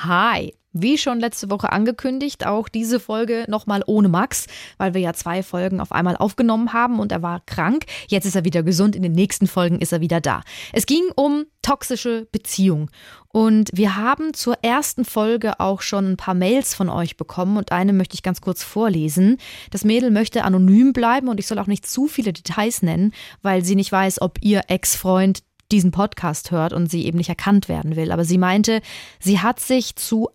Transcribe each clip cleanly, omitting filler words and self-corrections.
Hi! Wie schon letzte Woche angekündigt, auch diese Folge nochmal ohne Max, weil wir ja 2 Folgen auf einmal aufgenommen haben und er war krank. Jetzt ist er wieder gesund, in den nächsten Folgen ist er wieder da. Es ging um toxische Beziehung und wir haben zur ersten Folge auch schon ein paar Mails von euch bekommen und eine möchte ich ganz kurz vorlesen. Das Mädel möchte anonym bleiben und ich soll auch nicht zu viele Details nennen, weil sie nicht weiß, ob ihr Ex-Freund diesen Podcast hört und sie eben nicht erkannt werden will. Aber sie meinte, sie hat sich zu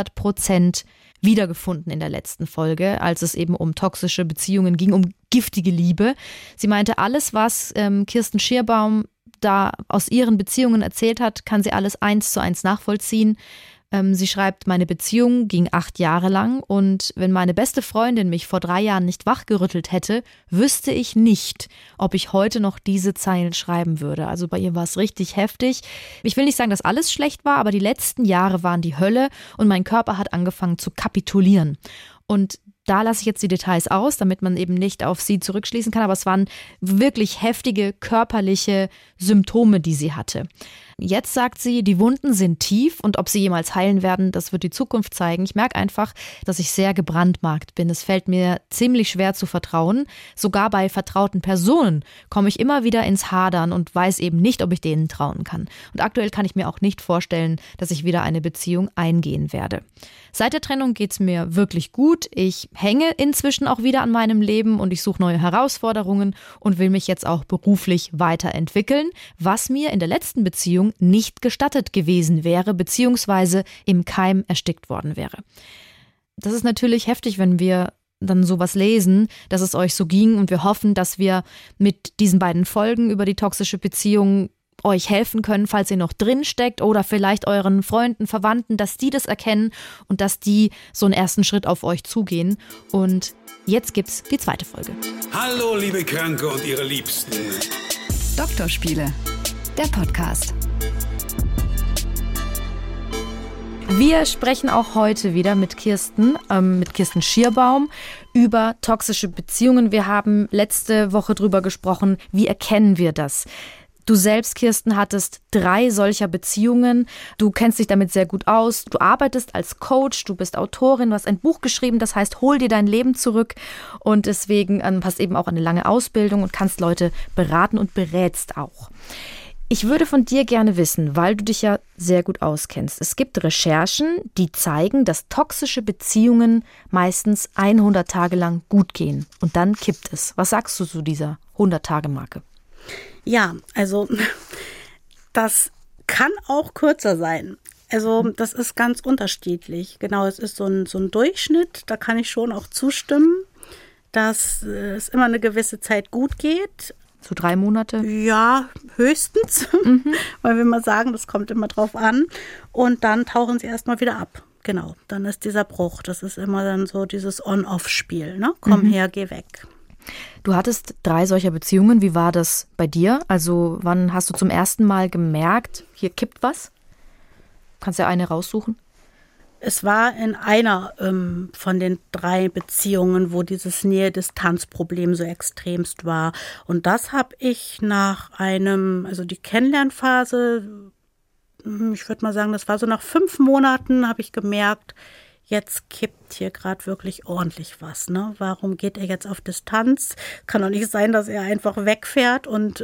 100% wiedergefunden in der letzten Folge, als es eben um toxische Beziehungen ging, um giftige Liebe. Sie meinte, alles, was Kirsten Schierbaum da aus ihren Beziehungen erzählt hat, kann sie alles 1:1 nachvollziehen. Sie schreibt, meine Beziehung ging 8 Jahre lang und wenn meine beste Freundin mich vor 3 Jahren nicht wachgerüttelt hätte, wüsste ich nicht, ob ich heute noch diese Zeilen schreiben würde. Also bei ihr war es richtig heftig. Ich will nicht sagen, dass alles schlecht war, aber die letzten Jahre waren die Hölle und mein Körper hat angefangen zu kapitulieren. Und da lasse ich jetzt die Details aus, damit man eben nicht auf sie zurückschließen kann, aber es waren wirklich heftige körperliche Symptome, die sie hatte. Jetzt sagt sie, die Wunden sind tief und ob sie jemals heilen werden, das wird die Zukunft zeigen. Ich merke einfach, dass ich sehr gebrandmarkt bin. Es fällt mir ziemlich schwer zu vertrauen. Sogar bei vertrauten Personen komme ich immer wieder ins Hadern und weiß eben nicht, ob ich denen trauen kann. Und aktuell kann ich mir auch nicht vorstellen, dass ich wieder eine Beziehung eingehen werde. Seit der Trennung geht es mir wirklich gut. Ich hänge inzwischen auch wieder an meinem Leben und ich suche neue Herausforderungen und will mich jetzt auch beruflich weiterentwickeln, was mir in der letzten Beziehung nicht gestattet gewesen wäre, beziehungsweise im Keim erstickt worden wäre. Das ist natürlich heftig, wenn wir dann sowas lesen, dass es euch so ging und wir hoffen, dass wir mit diesen beiden Folgen über die toxische Beziehung euch helfen können, falls ihr noch drin steckt oder vielleicht euren Freunden, Verwandten, dass die das erkennen und dass die so einen ersten Schritt auf euch zugehen. Und jetzt gibt's die zweite Folge. Hallo, liebe Kranke und ihre Liebsten. Doktorspiele, der Podcast. Wir sprechen auch heute wieder mit Kirsten Schierbaum über toxische Beziehungen. Wir haben letzte Woche drüber gesprochen, wie erkennen wir das? Du selbst, Kirsten, hattest 3 solcher Beziehungen. Du kennst dich damit sehr gut aus. Du arbeitest als Coach, du bist Autorin, du hast ein Buch geschrieben, das heißt, hol dir dein Leben zurück. Und deswegen hast eben auch eine lange Ausbildung und kannst Leute beraten und berätst auch. Ich würde von dir gerne wissen, weil du dich ja sehr gut auskennst. Es gibt Recherchen, die zeigen, dass toxische Beziehungen meistens 100 Tage lang gut gehen. Und dann kippt es. Was sagst du zu dieser 100-Tage-Marke? Ja, also das kann auch kürzer sein. Also das ist ganz unterschiedlich. Genau, es ist so ein Durchschnitt, da kann ich schon auch zustimmen, dass es immer eine gewisse Zeit gut geht. So 3 Monate? Ja, höchstens, weil wir mal sagen, das kommt immer drauf an. Und dann tauchen sie erstmal wieder ab. Genau, dann ist dieser Bruch. Das ist immer dann so dieses On-Off-Spiel. Ne? Komm her, geh weg. Du hattest 3 solcher Beziehungen. Wie war das bei dir? Also wann hast du zum ersten Mal gemerkt, hier kippt was? Kannst du ja eine raussuchen? Es war in einer von den 3 Beziehungen, wo dieses Nähe-Distanz-Problem so extremst war. Und das habe ich nach also die Kennenlernphase, ich würde mal sagen, das war so nach 5 Monaten, habe ich gemerkt, jetzt kippt hier gerade wirklich ordentlich was. Ne? Warum geht er jetzt auf Distanz? Kann doch nicht sein, dass er einfach wegfährt und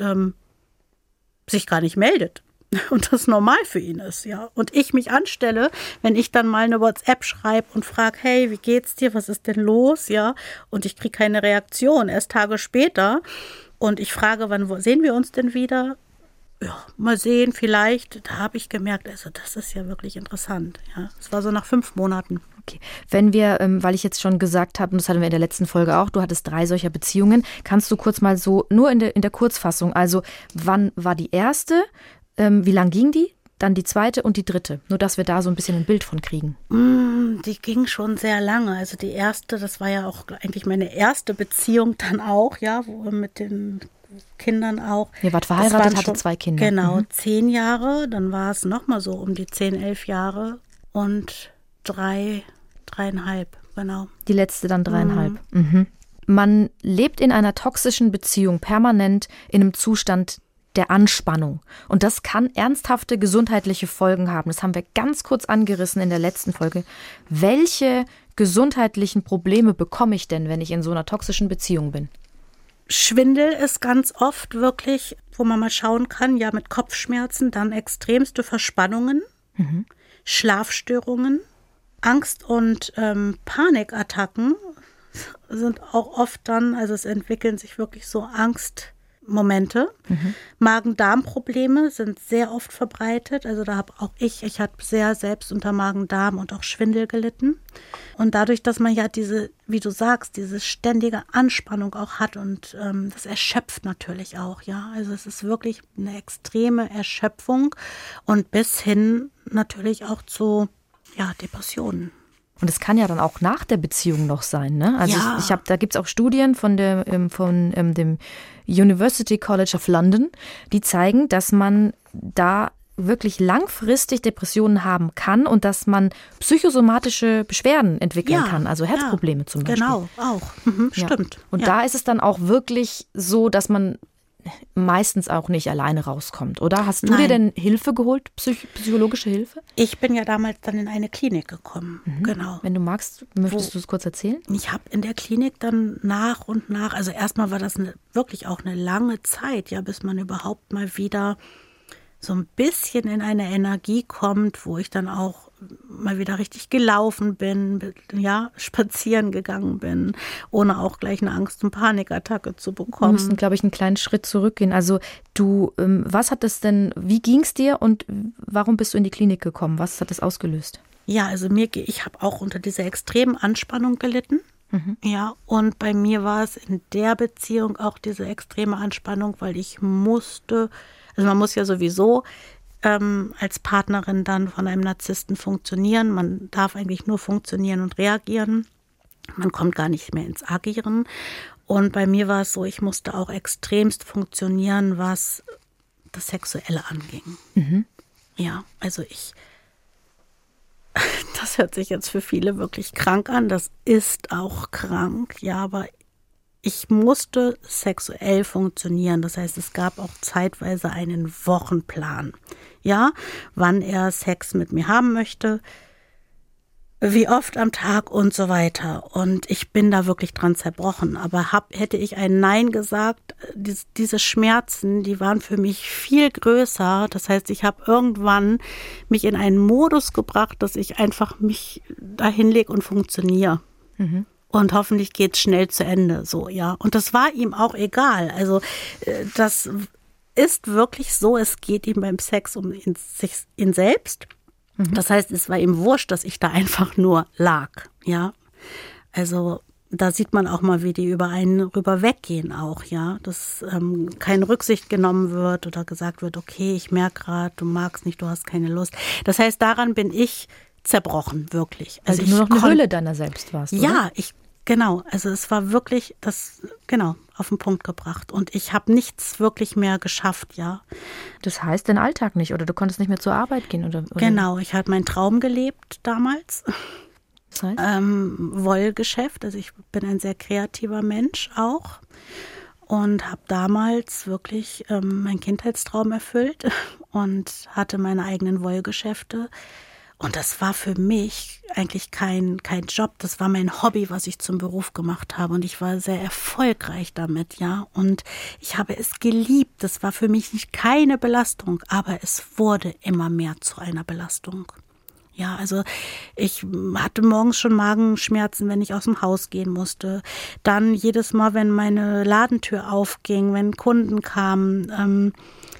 sich gar nicht meldet. Und das normal für ihn ist, ja. Und ich mich anstelle, wenn ich dann mal eine WhatsApp schreibe und frage, hey, wie geht's dir? Was ist denn los? Ja. Und ich kriege keine Reaktion, erst Tage später. Und ich frage, wann sehen wir uns denn wieder? Ja, mal sehen, vielleicht. Da habe ich gemerkt, also das ist ja wirklich interessant. Ja, es war so nach 5 Monaten. Okay. Wenn wir, weil ich jetzt schon gesagt habe, und das hatten wir in der letzten Folge auch, du hattest 3 solcher Beziehungen, kannst du kurz mal so, nur in der Kurzfassung, also wann war die erste, wie lang ging die, dann die zweite und die dritte? Nur, dass wir da so ein bisschen ein Bild von kriegen. Die ging schon sehr lange. Also die erste, das war ja auch eigentlich meine erste Beziehung dann auch, ja, wo mit den Kindern auch. Ihr wart verheiratet, hatte 2 Kinder. Genau, 10 Jahre, dann war es nochmal so um die 10, 11 Jahre und 3,5, genau. Die letzte dann 3,5. Man lebt in einer toxischen Beziehung permanent in einem Zustand der Anspannung. Und das kann ernsthafte gesundheitliche Folgen haben. Das haben wir ganz kurz angerissen in der letzten Folge. Welche gesundheitlichen Probleme bekomme ich denn, wenn ich in so einer toxischen Beziehung bin? Schwindel ist ganz oft wirklich, wo man mal schauen kann, ja, mit Kopfschmerzen, dann extremste Verspannungen, Schlafstörungen, Angst- und Panikattacken sind auch oft dann, also es entwickeln sich wirklich so Angstmomente. Magen-Darm-Probleme sind sehr oft verbreitet. Also da habe auch ich habe sehr selbst unter Magen-Darm und auch Schwindel gelitten. Und dadurch, dass man ja diese, wie du sagst, diese ständige Anspannung auch hat und das erschöpft natürlich auch, ja. Also es ist wirklich eine extreme Erschöpfung und bis hin natürlich auch zu, ja, Depressionen. Und es kann ja dann auch nach der Beziehung noch sein, ne? Also ja. da gibt es auch Studien von dem University College of London, die zeigen, dass man da wirklich langfristig Depressionen haben kann und dass man psychosomatische Beschwerden entwickeln kann, also Herzprobleme zum Beispiel. Genau, auch. Stimmt. Und da ist es dann auch wirklich so, dass man meistens auch nicht alleine rauskommt, oder? Hast du dir denn Hilfe geholt, psychologische Hilfe? Ich bin ja damals dann in eine Klinik gekommen, genau. Wenn du magst, möchtest du es kurz erzählen? Ich habe in der Klinik dann nach und nach, also erstmal war das wirklich auch eine lange Zeit, ja, bis man überhaupt mal wieder so ein bisschen in eine Energie kommt, wo ich dann auch mal wieder richtig gelaufen bin, ja, spazieren gegangen bin, ohne auch gleich eine Angst- und Panikattacke zu bekommen. Wir müssen, glaube ich, einen kleinen Schritt zurückgehen. Also wie ging es dir und warum bist du in die Klinik gekommen? Was hat das ausgelöst? Ja, also ich habe auch unter dieser extremen Anspannung gelitten. Ja, und bei mir war es in der Beziehung auch diese extreme Anspannung, weil man muss ja sowieso als Partnerin dann von einem Narzissten funktionieren. Man darf eigentlich nur funktionieren und reagieren. Man kommt gar nicht mehr ins Agieren. Und bei mir war es so, ich musste auch extremst funktionieren, was das Sexuelle anging. Ja, also das hört sich jetzt für viele wirklich krank an. Das ist auch krank, ja, aber ich musste sexuell funktionieren. Das heißt, es gab auch zeitweise einen Wochenplan. Ja, wann er Sex mit mir haben möchte, wie oft am Tag und so weiter. Und ich bin da wirklich dran zerbrochen. Aber hätte ich ein Nein gesagt, diese Schmerzen, die waren für mich viel größer. Das heißt, ich habe irgendwann mich in einen Modus gebracht, dass ich einfach mich da hinlege und funktioniere. Und hoffentlich geht's schnell zu Ende, so, ja. Und das war ihm auch egal. Also das ist wirklich so, es geht ihm beim Sex um ihn selbst. Das heißt, es war ihm wurscht, dass ich da einfach nur lag, ja. Also da sieht man auch mal, wie die über einen rüber weggehen auch, ja. Dass keine Rücksicht genommen wird oder gesagt wird, okay, ich merke gerade, du magst nicht, du hast keine Lust. Das heißt, daran bin ich zerbrochen, wirklich. Also du nur noch eine Hülle deiner selbst warst, oder? Ja, genau. Also es war wirklich auf den Punkt gebracht. Und ich habe nichts wirklich mehr geschafft, ja. Das heißt, den Alltag nicht, oder du konntest nicht mehr zur Arbeit gehen, oder? Genau, ich habe meinen Traum gelebt damals. Das heißt? Wollgeschäft. Also ich bin ein sehr kreativer Mensch auch. Und habe damals wirklich meinen Kindheitstraum erfüllt und hatte meine eigenen Wollgeschäfte. Und das war für mich eigentlich kein Job, das war mein Hobby, was ich zum Beruf gemacht habe. Und ich war sehr erfolgreich damit, ja. Und ich habe es geliebt. Das war für mich nicht keine Belastung, aber es wurde immer mehr zu einer Belastung. Ja, also ich hatte morgens schon Magenschmerzen, wenn ich aus dem Haus gehen musste. Dann jedes Mal, wenn meine Ladentür aufging, wenn Kunden kamen,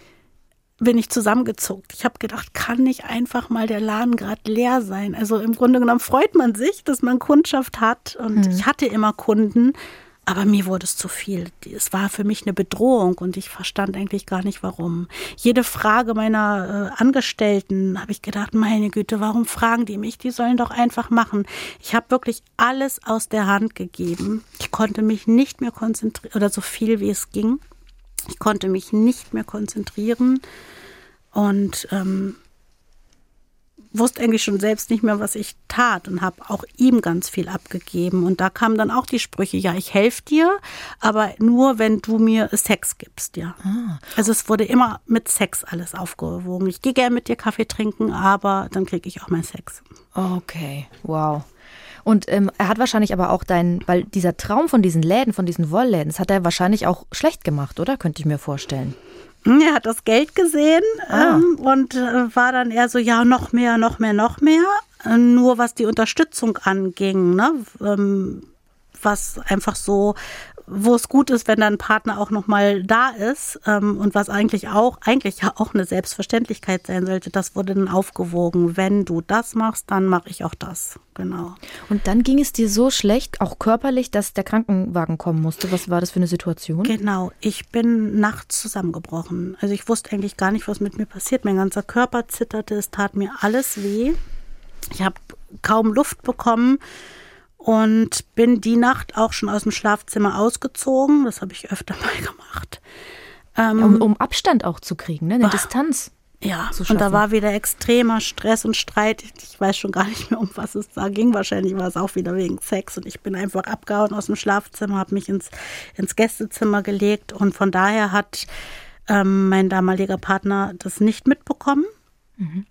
bin ich zusammengezuckt. Ich habe gedacht, kann nicht einfach mal der Laden gerade leer sein? Also im Grunde genommen freut man sich, dass man Kundschaft hat. Und ich hatte immer Kunden, aber mir wurde es zu viel. Es war für mich eine Bedrohung und ich verstand eigentlich gar nicht, warum. Jede Frage meiner Angestellten habe ich gedacht, meine Güte, warum fragen die mich? Die sollen doch einfach machen. Ich habe wirklich alles aus der Hand gegeben. Ich konnte mich nicht mehr konzentrieren, oder so viel wie es ging. Ich konnte mich nicht mehr konzentrieren und wusste eigentlich schon selbst nicht mehr, was ich tat und habe auch ihm ganz viel abgegeben. Und da kamen dann auch die Sprüche, ja, ich helfe dir, aber nur, wenn du mir Sex gibst, ja. Also es wurde immer mit Sex alles aufgewogen. Ich gehe gerne mit dir Kaffee trinken, aber dann kriege ich auch meinen Sex. Okay, wow. Und er hat wahrscheinlich aber auch weil dieser Traum von diesen Läden, von diesen Wollläden, das hat er wahrscheinlich auch schlecht gemacht, oder? Könnte ich mir vorstellen. Er hat das Geld gesehen und war dann eher so, ja, noch mehr. Nur was die Unterstützung anging, ne? Was einfach so, wo es gut ist, wenn dann ein Partner auch nochmal da ist und was eigentlich ja auch eine Selbstverständlichkeit sein sollte, das wurde dann aufgewogen. Wenn du das machst, dann mache ich auch das. Genau. Und dann ging es dir so schlecht, auch körperlich, dass der Krankenwagen kommen musste. Was war das für eine Situation? Genau, ich bin nachts zusammengebrochen. Also ich wusste eigentlich gar nicht, was mit mir passiert. Mein ganzer Körper zitterte, es tat mir alles weh. Ich habe kaum Luft bekommen. Und bin die Nacht auch schon aus dem Schlafzimmer ausgezogen. Das habe ich öfter mal gemacht. Um Abstand auch zu kriegen, ne? Eine Distanz. Ja, und da war wieder extremer Stress und Streit. Ich weiß schon gar nicht mehr, um was es da ging. Wahrscheinlich war es auch wieder wegen Sex. Und ich bin einfach abgehauen aus dem Schlafzimmer, habe mich ins Gästezimmer gelegt. Und von daher hat mein damaliger Partner das nicht mitbekommen. Mhm.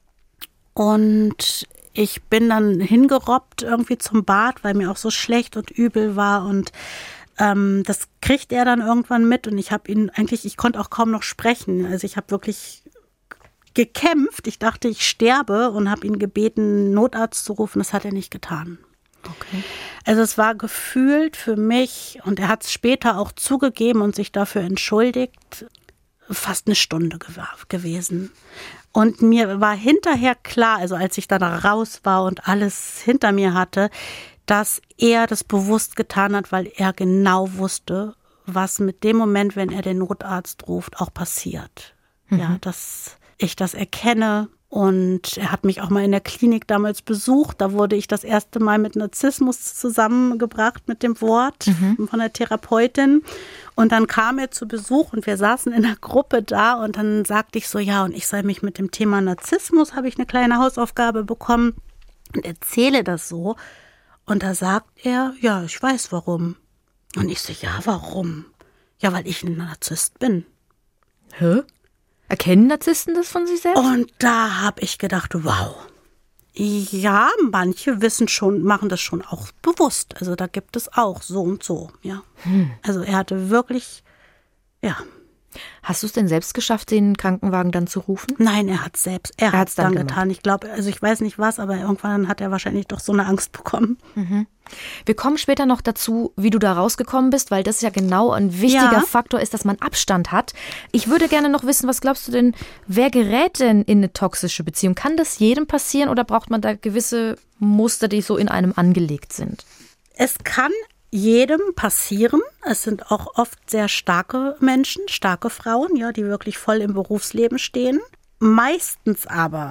Und ich bin dann hingerobbt irgendwie zum Bad, weil mir auch so schlecht und übel war und das kriegt er dann irgendwann mit und ich konnte auch kaum noch sprechen. Also ich habe wirklich gekämpft. Ich dachte, ich sterbe und habe ihn gebeten, einen Notarzt zu rufen. Das hat er nicht getan. Okay. Also es war gefühlt für mich, und er hat es später auch zugegeben und sich dafür entschuldigt, fast eine Stunde gewesen. Und mir war hinterher klar, also als ich dann raus war und alles hinter mir hatte, dass er das bewusst getan hat, weil er genau wusste, was mit dem Moment, wenn er den Notarzt ruft, auch passiert. Mhm. Ja, dass ich das erkenne. Und er hat mich auch mal in der Klinik damals besucht. Da wurde ich das erste Mal mit Narzissmus zusammengebracht mit dem Wort von der Therapeutin. Und dann kam er zu Besuch und wir saßen in einer Gruppe da und dann sagte ich so, ja, und ich soll mich mit dem Thema Narzissmus, habe ich eine kleine Hausaufgabe bekommen und erzähle das so. Und da sagt er, ja, ich weiß warum. Und ich so, ja, warum? Ja, weil ich ein Narzisst bin. Hä? Erkennen Narzissten das von sich selbst? Und da habe ich gedacht, wow. Ja, manche machen das schon auch bewusst. Also da gibt es auch so und so, ja. Also er hatte wirklich, ja. Hast du es denn selbst geschafft, den Krankenwagen dann zu rufen? Nein, er hat es dann getan. Ich glaube, also ich weiß nicht was, aber irgendwann hat er wahrscheinlich doch so eine Angst bekommen. Mhm. Wir kommen später noch dazu, wie du da rausgekommen bist, weil das ja genau ein wichtiger Faktor ist, dass man Abstand hat. Ich würde gerne noch wissen, was glaubst du denn, wer gerät denn in eine toxische Beziehung? Kann das jedem passieren oder braucht man da gewisse Muster, die so in einem angelegt sind? Es kann jedem passieren. Es sind auch oft sehr starke Menschen, starke Frauen, ja, die wirklich voll im Berufsleben stehen. Meistens,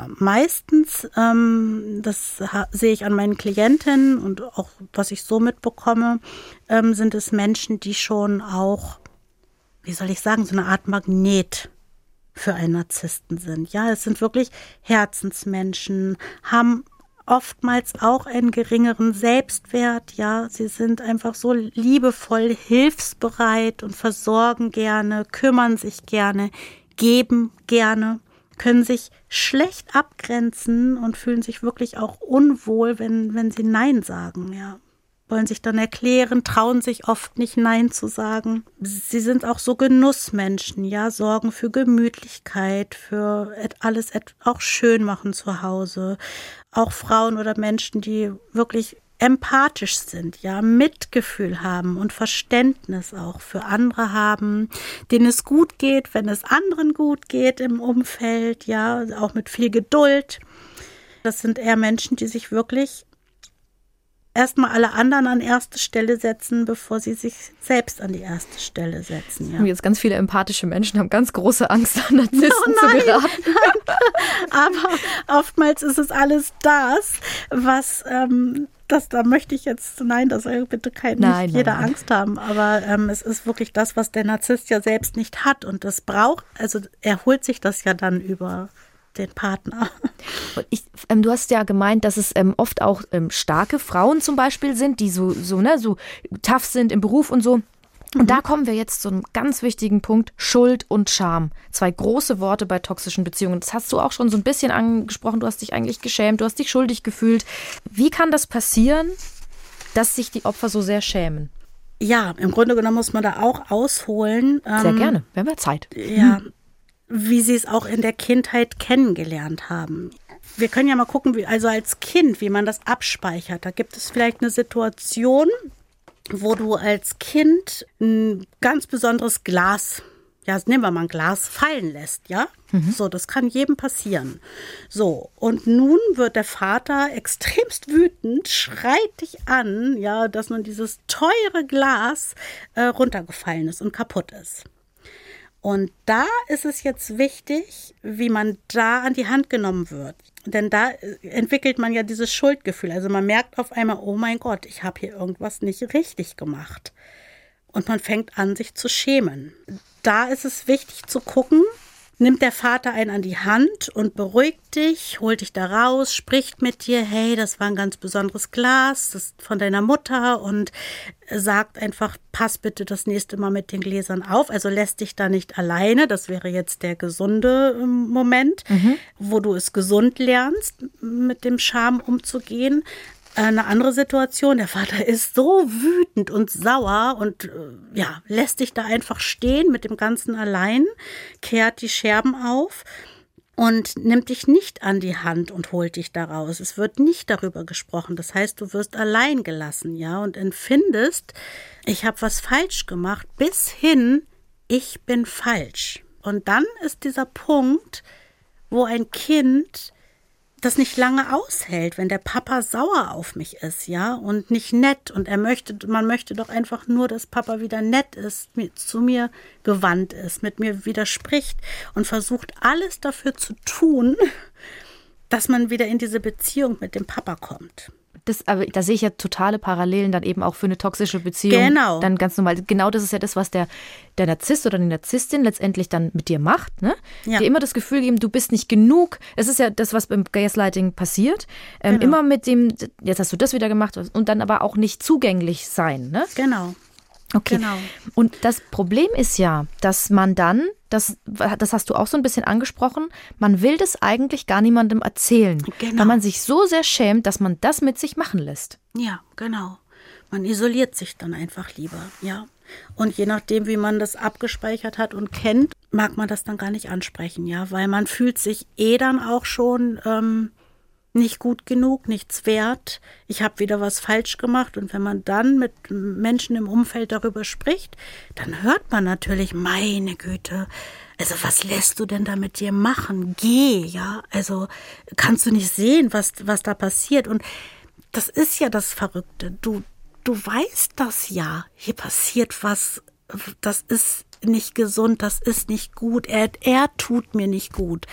das sehe ich an meinen Klientinnen und auch was ich so mitbekomme, sind es Menschen, die schon auch, wie soll ich sagen, so eine Art Magnet für einen Narzissten sind. Ja, es sind wirklich Herzensmenschen, haben oftmals auch einen geringeren Selbstwert, ja, sie sind einfach so liebevoll, hilfsbereit und versorgen gerne, kümmern sich gerne, geben gerne, können sich schlecht abgrenzen und fühlen sich wirklich auch unwohl, wenn sie Nein sagen, ja. Wollen sich dann erklären, trauen sich oft nicht Nein zu sagen. Sie sind auch so Genussmenschen, ja, sorgen für Gemütlichkeit, für alles auch schön machen zu Hause. Auch Frauen oder Menschen, die wirklich empathisch sind, ja, Mitgefühl haben und Verständnis auch für andere haben, denen es gut geht, wenn es anderen gut geht im Umfeld, ja, auch mit viel Geduld. Das sind eher Menschen, die sich wirklich erstmal alle anderen an erste Stelle setzen, bevor sie sich selbst an die erste Stelle setzen. Ja. Jetzt ganz viele empathische Menschen haben ganz große Angst, an Narzissten zu geraten. Nein. Aber oftmals ist es alles das, was, da möchte ich jetzt, das soll bitte nicht jeder Angst haben, aber es ist wirklich das, was der Narzisst ja selbst nicht hat und das braucht, also er holt sich das ja dann über den Partner. Du hast ja gemeint, dass es oft auch starke Frauen zum Beispiel sind, die so tough sind im Beruf und so. Und da kommen wir jetzt zu einem ganz wichtigen Punkt, Schuld und Scham. 2 große Worte bei toxischen Beziehungen. Das hast du auch schon so ein bisschen angesprochen. Du hast dich eigentlich geschämt, du hast dich schuldig gefühlt. Wie kann das passieren, dass sich die Opfer so sehr schämen? Ja, im Grunde genommen muss man da auch ausholen. Sehr gerne, wir haben ja Zeit. Ja, wie sie es auch in der Kindheit kennengelernt haben. Wir können ja mal gucken, also als Kind, wie man das abspeichert. Da gibt es vielleicht eine Situation, wo du als Kind ein ganz besonderes Glas, ja, nehmen wir mal ein Glas, fallen lässt, ja? So, das kann jedem passieren. So, und nun wird der Vater extremst wütend, schreit dich an, ja, dass nun dieses teure Glas runtergefallen ist und kaputt ist. Und da ist es jetzt wichtig, wie man da an die Hand genommen wird. Denn da entwickelt man ja dieses Schuldgefühl. Also man merkt auf einmal, oh mein Gott, ich habe hier irgendwas nicht richtig gemacht. Und man fängt an, sich zu schämen. Da ist es wichtig zu gucken, nimmt der Vater einen an die Hand und beruhigt dich, holt dich da raus, spricht mit dir, hey, das war ein ganz besonderes Glas, das ist von deiner Mutter und sagt einfach, pass bitte das nächste Mal mit den Gläsern auf. Also lässt dich da nicht alleine, das wäre jetzt der gesunde Moment, wo du es gesund lernst, mit dem Scham umzugehen. Eine andere Situation, der Vater ist so wütend und sauer und lässt dich da einfach stehen mit dem Ganzen allein, kehrt die Scherben auf und nimmt dich nicht an die Hand und holt dich da raus. Es wird nicht darüber gesprochen. Das heißt, du wirst allein gelassen, ja, und empfindest, ich habe was falsch gemacht, bis hin, ich bin falsch. Und dann ist dieser Punkt, wo ein Kind das nicht lange aushält, wenn der Papa sauer auf mich ist, ja, und nicht nett und man möchte doch einfach nur, dass Papa wieder nett ist, zu mir gewandt ist, mit mir widerspricht und versucht alles dafür zu tun, dass man wieder in diese Beziehung mit dem Papa kommt. Aber da sehe ich ja totale Parallelen dann eben auch für eine toxische Beziehung. Genau. Dann ganz normal. Genau das ist ja das, was der Narzisst oder die Narzisstin letztendlich dann mit dir macht. Ne? Ja. Dir immer das Gefühl geben, du bist nicht genug. Es ist ja das, was beim Gaslighting passiert. Genau. Immer mit dem, jetzt hast du das wieder gemacht und dann aber auch nicht zugänglich sein. Ne? Genau. Okay. Genau. Und das Problem ist ja, dass man dann, das hast du auch so ein bisschen angesprochen, man will das eigentlich gar niemandem erzählen, Genau. weil man sich so sehr schämt, dass man das mit sich machen lässt. Ja, genau. Man isoliert sich dann einfach lieber, ja. Und je nachdem, wie man das abgespeichert hat und kennt, mag man das dann gar nicht ansprechen, ja, weil man fühlt sich dann auch schon nicht gut genug, nichts wert. Ich habe wieder was falsch gemacht. Und wenn man dann mit Menschen im Umfeld darüber spricht, dann hört man natürlich, meine Güte, also was lässt du denn da mit dir machen? Geh, ja, also kannst du nicht sehen, was da passiert. Und das ist ja das Verrückte. Du weißt das ja. Hier passiert was, das ist nicht gesund, das ist nicht gut. Er tut mir nicht gut.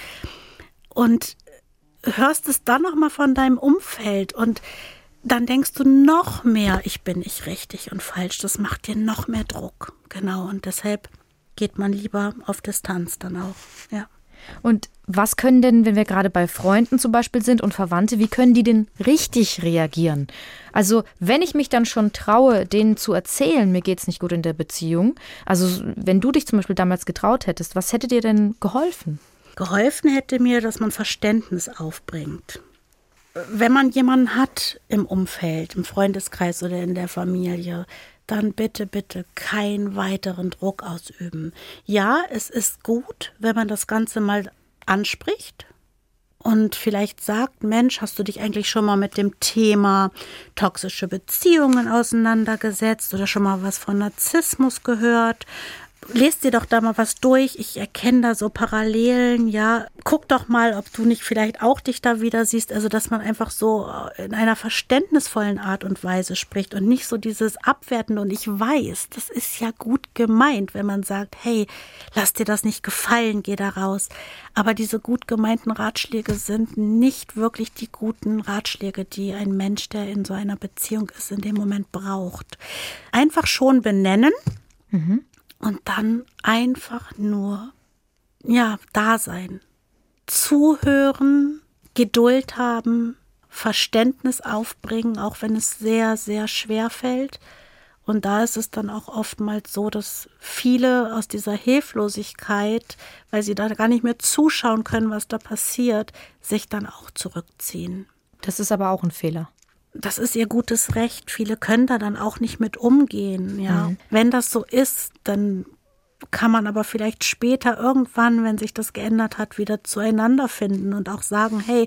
Und hörst es dann noch mal von deinem Umfeld und dann denkst du noch mehr, ich bin nicht richtig und falsch. Das macht dir noch mehr Druck. Genau, und deshalb geht man lieber auf Distanz dann auch, ja. Und was können denn, wenn wir gerade bei Freunden zum Beispiel sind und Verwandte, wie können die denn richtig reagieren? Also wenn ich mich dann schon traue, denen zu erzählen, mir geht's nicht gut in der Beziehung, also wenn du dich zum Beispiel damals getraut hättest, was hätte dir denn geholfen? Geholfen hätte mir, dass man Verständnis aufbringt. Wenn man jemanden hat im Umfeld, im Freundeskreis oder in der Familie, dann bitte, bitte keinen weiteren Druck ausüben. Ja, es ist gut, wenn man das Ganze mal anspricht und vielleicht sagt, Mensch, hast du dich eigentlich schon mal mit dem Thema toxische Beziehungen auseinandergesetzt oder schon mal was von Narzissmus gehört? Lest dir doch da mal was durch. Ich erkenne da so Parallelen, ja. Guck doch mal, ob du nicht vielleicht auch dich da wieder siehst. Also, dass man einfach so in einer verständnisvollen Art und Weise spricht und nicht so dieses Abwertende. Und ich weiß, das ist ja gut gemeint, wenn man sagt, hey, lass dir das nicht gefallen, geh da raus. Aber diese gut gemeinten Ratschläge sind nicht wirklich die guten Ratschläge, die ein Mensch, der in so einer Beziehung ist, in dem Moment braucht. Einfach schon benennen. Und dann einfach nur, ja, da sein. zuhören, Geduld haben, Verständnis aufbringen, auch wenn es sehr, sehr schwer fällt. Und da ist es dann auch oftmals so, dass viele aus dieser Hilflosigkeit, weil sie da gar nicht mehr zuschauen können, was da passiert, sich dann auch zurückziehen. Das ist aber auch ein Fehler. Das ist ihr gutes Recht. Viele können da dann auch nicht mit umgehen. Ja. Wenn das so ist, dann kann man aber vielleicht später irgendwann, wenn sich das geändert hat, wieder zueinander finden und auch sagen, hey,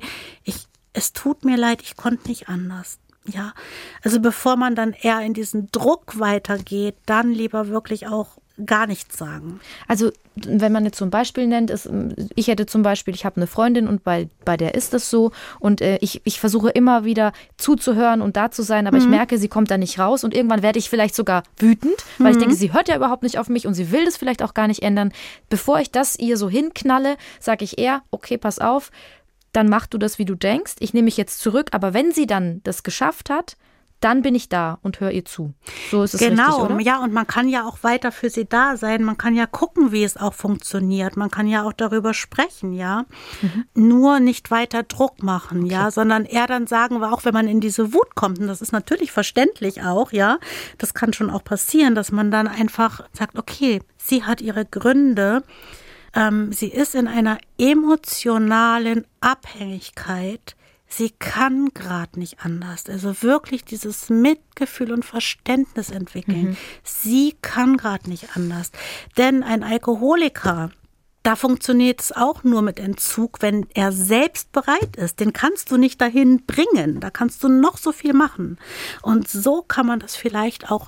es tut mir leid, ich konnte nicht anders. Ja, also bevor man dann eher in diesen Druck weitergeht, dann lieber wirklich auch gar nichts sagen. Also wenn man jetzt so ein Beispiel nennt, ich hätte zum Beispiel, ich habe eine Freundin und bei der ist das so und ich versuche immer wieder zuzuhören und da zu sein, aber ich merke, sie kommt da nicht raus und irgendwann werde ich vielleicht sogar wütend, weil ich denke, sie hört ja überhaupt nicht auf mich und sie will das vielleicht auch gar nicht ändern. Bevor ich das ihr so hinknalle, sage ich eher, okay, pass auf, dann mach du das, wie du denkst. Ich nehme mich jetzt zurück, aber wenn sie dann das geschafft hat, dann bin ich da und höre ihr zu. So ist es richtig, oder? Genau, ja, und man kann ja auch weiter für sie da sein. Man kann ja gucken, wie es auch funktioniert. Man kann ja auch darüber sprechen, ja. Nur nicht weiter Druck machen, okay. Ja, sondern eher dann sagen, auch wenn man in diese Wut kommt, und das ist natürlich verständlich auch, ja, das kann schon auch passieren, dass man dann einfach sagt, okay, sie hat ihre Gründe. Sie ist in einer emotionalen Abhängigkeit. Sie kann gerade nicht anders. Also wirklich dieses Mitgefühl und Verständnis entwickeln. Sie kann gerade nicht anders. Denn ein Alkoholiker, da funktioniert es auch nur mit Entzug, wenn er selbst bereit ist. Den kannst du nicht dahin bringen. Da kannst du noch so viel machen. Und so kann man das vielleicht auch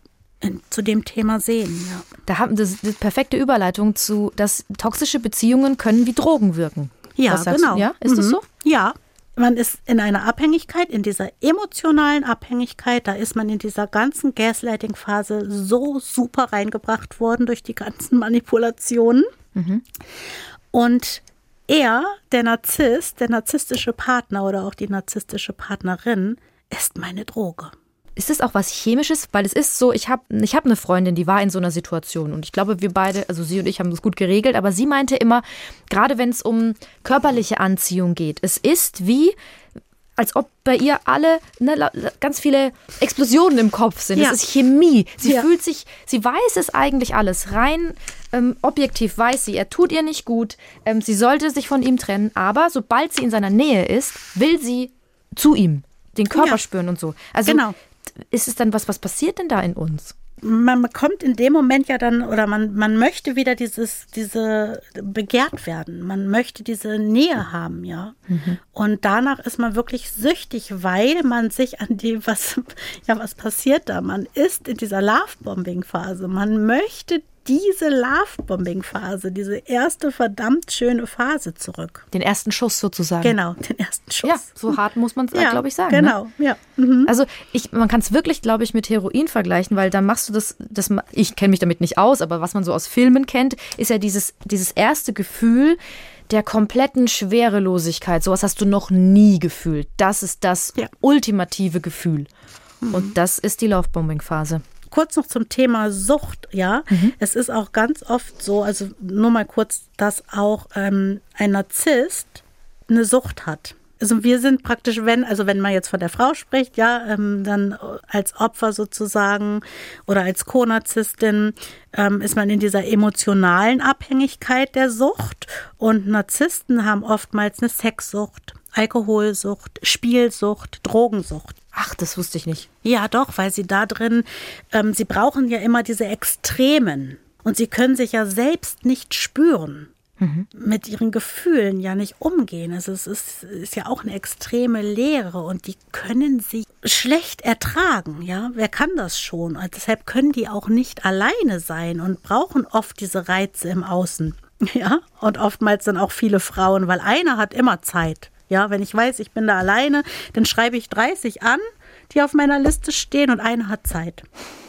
zu dem Thema sehen. Ja. Da haben das die perfekte Überleitung zu, dass toxische Beziehungen können wie Drogen wirken. Ja, genau. Ja, ist das so? Ja. Man ist in einer Abhängigkeit, in dieser emotionalen Abhängigkeit, da ist man in dieser ganzen Gaslighting-Phase so super reingebracht worden durch die ganzen Manipulationen. Und er, der Narzisst, der narzisstische Partner oder auch die narzisstische Partnerin, ist meine Droge. Ist das auch was Chemisches? Weil es ist so, ich hab eine Freundin, die war in so einer Situation und ich glaube, wir beide, also sie und ich haben das gut geregelt, aber sie meinte immer, gerade wenn es um körperliche Anziehung geht, es ist wie, als ob bei ihr alle ganz viele Explosionen im Kopf sind. Ja. Es ist Chemie. Sie fühlt sich, sie weiß es eigentlich alles. Rein objektiv weiß sie, er tut ihr nicht gut, sie sollte sich von ihm trennen, aber sobald sie in seiner Nähe ist, will sie zu ihm, den Körper spüren und so. Also genau. Ist es dann was passiert denn da in uns? Man kommt in dem Moment ja dann, oder man möchte wieder diese begehrt werden. Man möchte diese Nähe haben, ja. Und danach ist man wirklich süchtig, weil man sich an was passiert da? Man ist in dieser Love-Bombing-Phase. Man möchte diese Love-Bombing-Phase, diese erste verdammt schöne Phase zurück. Den ersten Schuss sozusagen. Genau, den ersten Schuss. Ja, so hart muss man es, glaube ich, sagen. Genau, ne? Ja. Also man kann es wirklich, glaube ich, mit Heroin vergleichen, weil dann machst du das ich kenne mich damit nicht aus, aber was man so aus Filmen kennt, ist ja dieses erste Gefühl der kompletten Schwerelosigkeit. Sowas hast du noch nie gefühlt. Das ist das ultimative Gefühl. Und das ist die Love-Bombing-Phase. Kurz noch zum Thema Sucht, ja. Es ist auch ganz oft so, also nur mal kurz, dass auch ein Narzisst eine Sucht hat. Also wir sind praktisch, wenn man jetzt von der Frau spricht, ja, dann als Opfer sozusagen oder als Co-Narzisstin ist man in dieser emotionalen Abhängigkeit der Sucht und Narzissten haben oftmals eine Sexsucht, Alkoholsucht, Spielsucht, Drogensucht. Ach, das wusste ich nicht. Ja, doch, weil sie da drin, sie brauchen ja immer diese Extremen und sie können sich ja selbst nicht spüren, mit ihren Gefühlen ja nicht umgehen. Also es ist ja auch eine extreme Leere und die können sie schlecht ertragen, ja. Wer kann das schon? Und deshalb können die auch nicht alleine sein und brauchen oft diese Reize im Außen, ja. Und oftmals dann auch viele Frauen, weil einer hat immer Zeit. Ja, wenn ich weiß, ich bin da alleine, dann schreibe ich 30 an, die auf meiner Liste stehen und eine hat Zeit.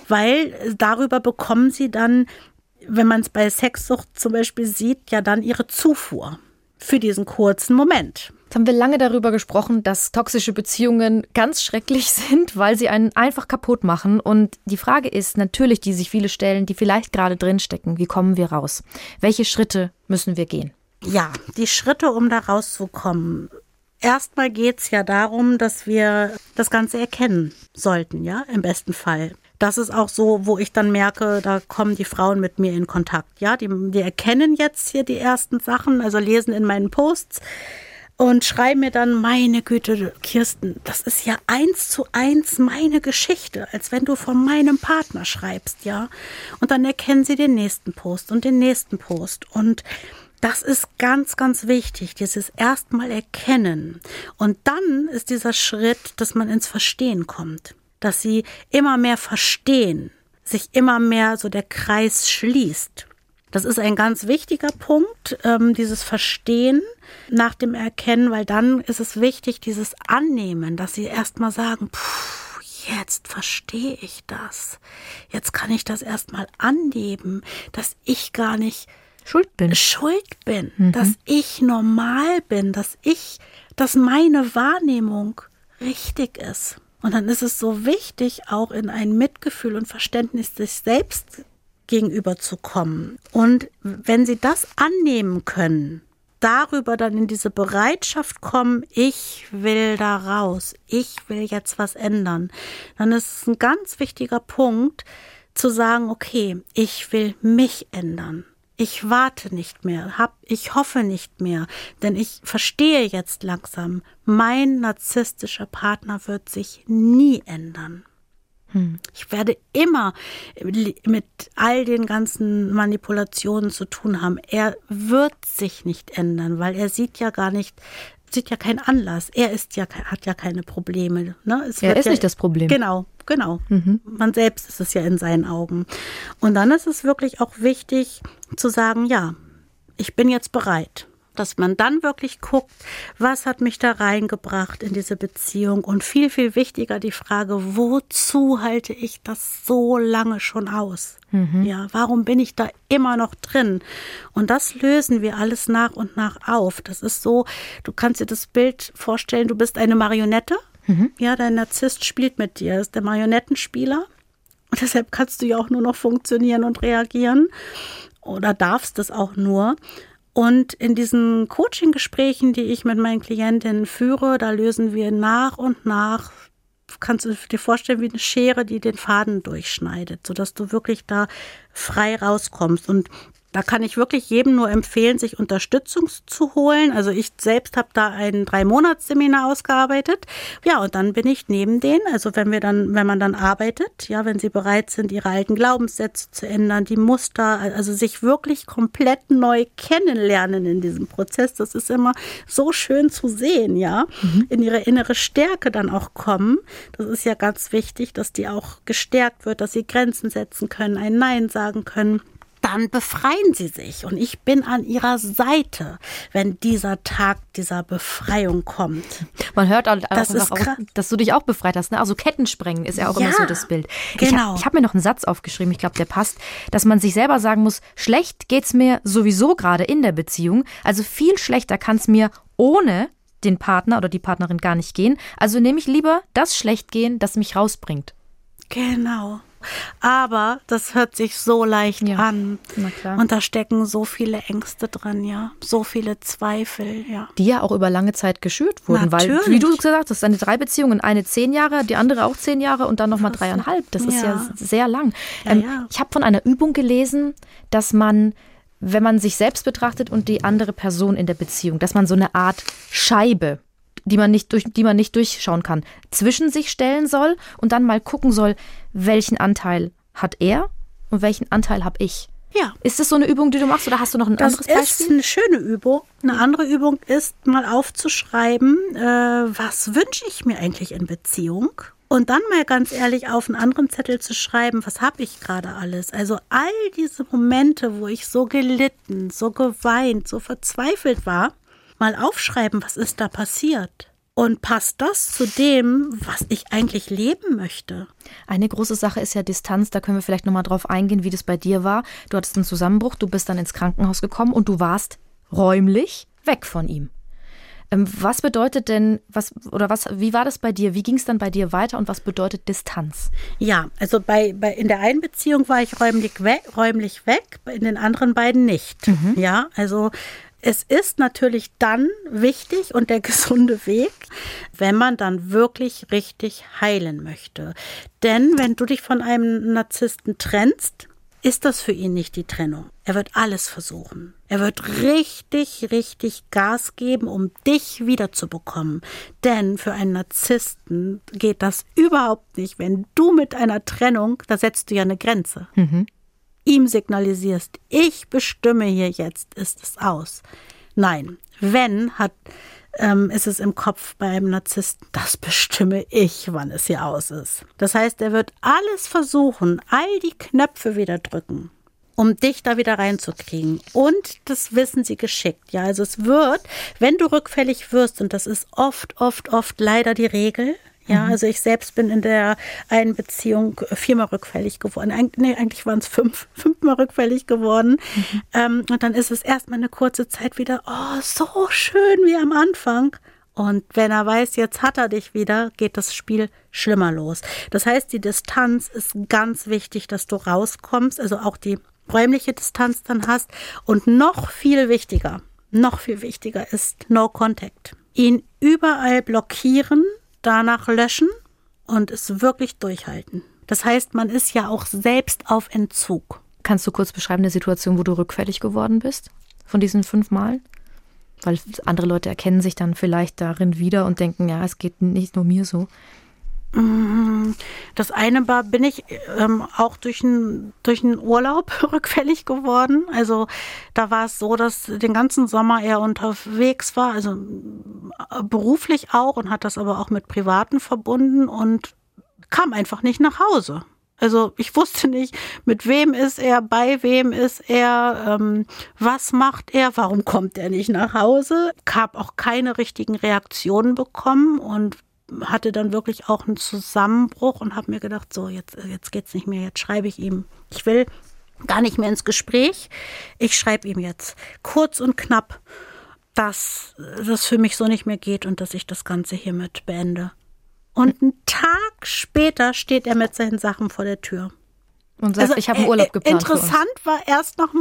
Weil darüber bekommen sie dann, wenn man es bei Sexsucht zum Beispiel sieht, ja dann ihre Zufuhr für diesen kurzen Moment. Jetzt haben wir lange darüber gesprochen, dass toxische Beziehungen ganz schrecklich sind, weil sie einen einfach kaputt machen. Und die Frage ist natürlich, die sich viele stellen, die vielleicht gerade drinstecken, wie kommen wir raus? Welche Schritte müssen wir gehen? Ja, die Schritte, um da rauszukommen. Erstmal geht es ja darum, dass wir das Ganze erkennen sollten, ja, im besten Fall. Das ist auch so, wo ich dann merke, da kommen die Frauen mit mir in Kontakt. Ja, die erkennen jetzt hier die ersten Sachen, also lesen in meinen Posts und schreiben mir dann, meine Güte, Kirsten, das ist ja 1:1 meine Geschichte, als wenn du von meinem Partner schreibst, ja. Und dann erkennen sie den nächsten Post und den nächsten Post. Und das ist ganz, ganz wichtig, dieses erstmal erkennen. Und dann ist dieser Schritt, dass man ins Verstehen kommt. Dass sie immer mehr verstehen, sich immer mehr so der Kreis schließt. Das ist ein ganz wichtiger Punkt, dieses Verstehen nach dem Erkennen, weil dann ist es wichtig, dieses Annehmen, dass sie erstmal sagen, jetzt verstehe ich das. Jetzt kann ich das erstmal annehmen, dass ich gar nicht schuld bin, dass ich normal bin, dass meine Wahrnehmung richtig ist. Und dann ist es so wichtig, auch in ein Mitgefühl und Verständnis sich selbst gegenüber zu kommen. Und wenn sie das annehmen können, darüber dann in diese Bereitschaft kommen, ich will da raus, ich will jetzt was ändern, dann ist es ein ganz wichtiger Punkt, zu sagen, okay, ich will mich ändern. Ich warte nicht mehr, ich hoffe nicht mehr, denn ich verstehe jetzt langsam, mein narzisstischer Partner wird sich nie ändern. Ich werde immer mit all den ganzen Manipulationen zu tun haben. Er wird sich nicht ändern, weil er sieht ja keinen Anlass. Er hat ja keine Probleme. Ne? Er ist nicht das Problem. Genau. Man selbst ist es ja in seinen Augen. Und dann ist es wirklich auch wichtig zu sagen, ja, ich bin jetzt bereit. Dass man dann wirklich guckt, was hat mich da reingebracht in diese Beziehung? Und viel, viel wichtiger die Frage, wozu halte ich das so lange schon aus? Ja, warum bin ich da immer noch drin? Und das lösen wir alles nach und nach auf. Das ist so, du kannst dir das Bild vorstellen, du bist eine Marionette. Ja, dein Narzisst spielt mit dir, ist der Marionettenspieler. Und deshalb kannst du ja auch nur noch funktionieren und reagieren. Oder darfst es auch nur. Und in diesen Coaching-Gesprächen, die ich mit meinen Klientinnen führe, da lösen wir nach und nach, kannst du dir vorstellen, wie eine Schere, die den Faden durchschneidet, sodass du wirklich da frei rauskommst. Und da kann ich wirklich jedem nur empfehlen, sich Unterstützung zu holen. Also ich selbst habe da ein 3-Monats-Seminar ausgearbeitet. Ja, und dann bin ich neben denen, also wenn man dann arbeitet, ja, wenn sie bereit sind, ihre alten Glaubenssätze zu ändern, die Muster, also sich wirklich komplett neu kennenlernen in diesem Prozess. Das ist immer so schön zu sehen, ja, in ihre innere Stärke dann auch kommen. Das ist ja ganz wichtig, dass die auch gestärkt wird, dass sie Grenzen setzen können, ein Nein sagen können. Dann befreien sie sich. Und ich bin an ihrer Seite, wenn dieser Tag dieser Befreiung kommt. Man hört auch, dass du dich auch befreit hast. Ne? Also Kettensprengen ist ja auch immer so das Bild. Genau. Ich hab mir noch einen Satz aufgeschrieben, ich glaube, der passt, dass man sich selber sagen muss, schlecht geht's mir sowieso gerade in der Beziehung. Also viel schlechter kann es mir ohne den Partner oder die Partnerin gar nicht gehen. Also nehme ich lieber das Schlechtgehen, das mich rausbringt. Genau. Aber das hört sich so leicht an. Na klar. Und da stecken so viele Ängste drin, ja. So viele Zweifel, ja. Die ja auch über lange Zeit geschürt wurden. Natürlich. Weil, wie du gesagt hast, deine 3 Beziehungen, eine 10 Jahre, die andere auch 10 Jahre und dann nochmal 3,5. Das ist ja sehr lang. Ich habe von einer Übung gelesen, dass man, wenn man sich selbst betrachtet und die andere Person in der Beziehung, dass man so eine Art Scheibe, die man nicht durchschauen kann, zwischen sich stellen soll und dann mal gucken soll, welchen Anteil hat er und welchen Anteil habe ich. Ja. Ist das so eine Übung, die du machst, oder hast du noch ein anderes Beispiel? Das ist eine schöne Übung. Eine andere Übung ist, mal aufzuschreiben, was wünsche ich mir eigentlich in Beziehung? Und dann mal ganz ehrlich auf einen anderen Zettel zu schreiben, was habe ich gerade alles? Also all diese Momente, wo ich so gelitten, so geweint, so verzweifelt war, mal aufschreiben, was ist da passiert? Und passt das zu dem, was ich eigentlich leben möchte? Eine große Sache ist ja Distanz. Da können wir vielleicht nochmal drauf eingehen, wie das bei dir war. Du hattest einen Zusammenbruch, du bist dann ins Krankenhaus gekommen und du warst räumlich weg von ihm. Was bedeutet denn, wie war das bei dir? Wie ging es dann bei dir weiter und was bedeutet Distanz? Ja, also in der einen Beziehung war ich räumlich weg, in den anderen beiden nicht. Ja, also Es ist natürlich dann wichtig und der gesunde Weg, wenn man dann wirklich richtig heilen möchte. Denn wenn du dich von einem Narzissten trennst, ist das für ihn nicht die Trennung. Er wird alles versuchen. Er wird richtig, richtig Gas geben, um dich wiederzubekommen. Denn für einen Narzissten geht das überhaupt nicht. Wenn du mit einer Trennung, da setzt du ja eine Grenze. Ihm signalisierst, ich bestimme hier jetzt, ist es aus. Nein, ist es im Kopf bei einem Narzissten, das bestimme ich, wann es hier aus ist. Das heißt, er wird alles versuchen, all die Knöpfe wieder drücken, um dich da wieder reinzukriegen. Und das wissen sie geschickt. Ja, also es wird, wenn du rückfällig wirst, und das ist oft leider die Regel. Ja, also ich selbst bin in der einen Beziehung 4-mal rückfällig geworden. Eigentlich waren es 5-mal rückfällig geworden. Und dann ist es erstmal eine kurze Zeit wieder, so schön wie am Anfang. Und wenn er weiß, jetzt hat er dich wieder, geht das Spiel schlimmer los. Das heißt, die Distanz ist ganz wichtig, dass du rauskommst, also auch die räumliche Distanz dann hast. Und noch viel wichtiger ist No Contact. Ihn überall blockieren, danach löschen und es wirklich durchhalten. Das heißt, man ist ja auch selbst auf Entzug. Kannst du kurz beschreiben, eine Situation, wo du rückfällig geworden bist? Von diesen 5 Mal? Weil andere Leute erkennen sich dann vielleicht darin wieder und denken, ja, es geht nicht nur mir so. Das eine war, bin ich auch durch einen Urlaub rückfällig geworden. Also da war es so, dass den ganzen Sommer er unterwegs war, also beruflich auch, und hat das aber auch mit Privaten verbunden und kam einfach nicht nach Hause. Also ich wusste nicht, mit wem ist er, bei wem ist er, was macht er, warum kommt er nicht nach Hause. Habe auch keine richtigen Reaktionen bekommen und hatte dann wirklich auch einen Zusammenbruch und habe mir gedacht, so jetzt geht's nicht mehr, jetzt schreibe ich ihm. Ich will gar nicht mehr ins Gespräch, ich schreibe ihm jetzt kurz und knapp, dass das für mich so nicht mehr geht und dass ich das Ganze hiermit beende. Und einen Tag später steht er mit seinen Sachen vor der Tür. Und sagt, ich habe einen Urlaub geplant. Interessant war erst noch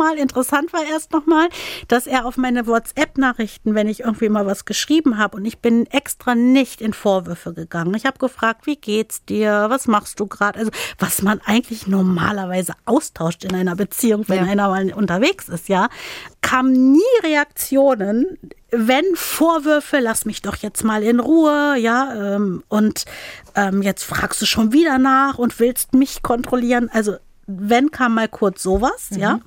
mal, dass er auf meine WhatsApp-Nachrichten, wenn ich irgendwie mal was geschrieben habe, und ich bin extra nicht in Vorwürfe gegangen. Ich habe gefragt, wie geht's dir? Was machst du gerade? Also, was man eigentlich normalerweise austauscht in einer Beziehung, wenn einer mal unterwegs ist, ja, kamen nie Reaktionen. Wenn Vorwürfe, lass mich doch jetzt mal in Ruhe, ja, und jetzt fragst du schon wieder nach und willst mich kontrollieren. Also wenn, kam mal kurz sowas, ja.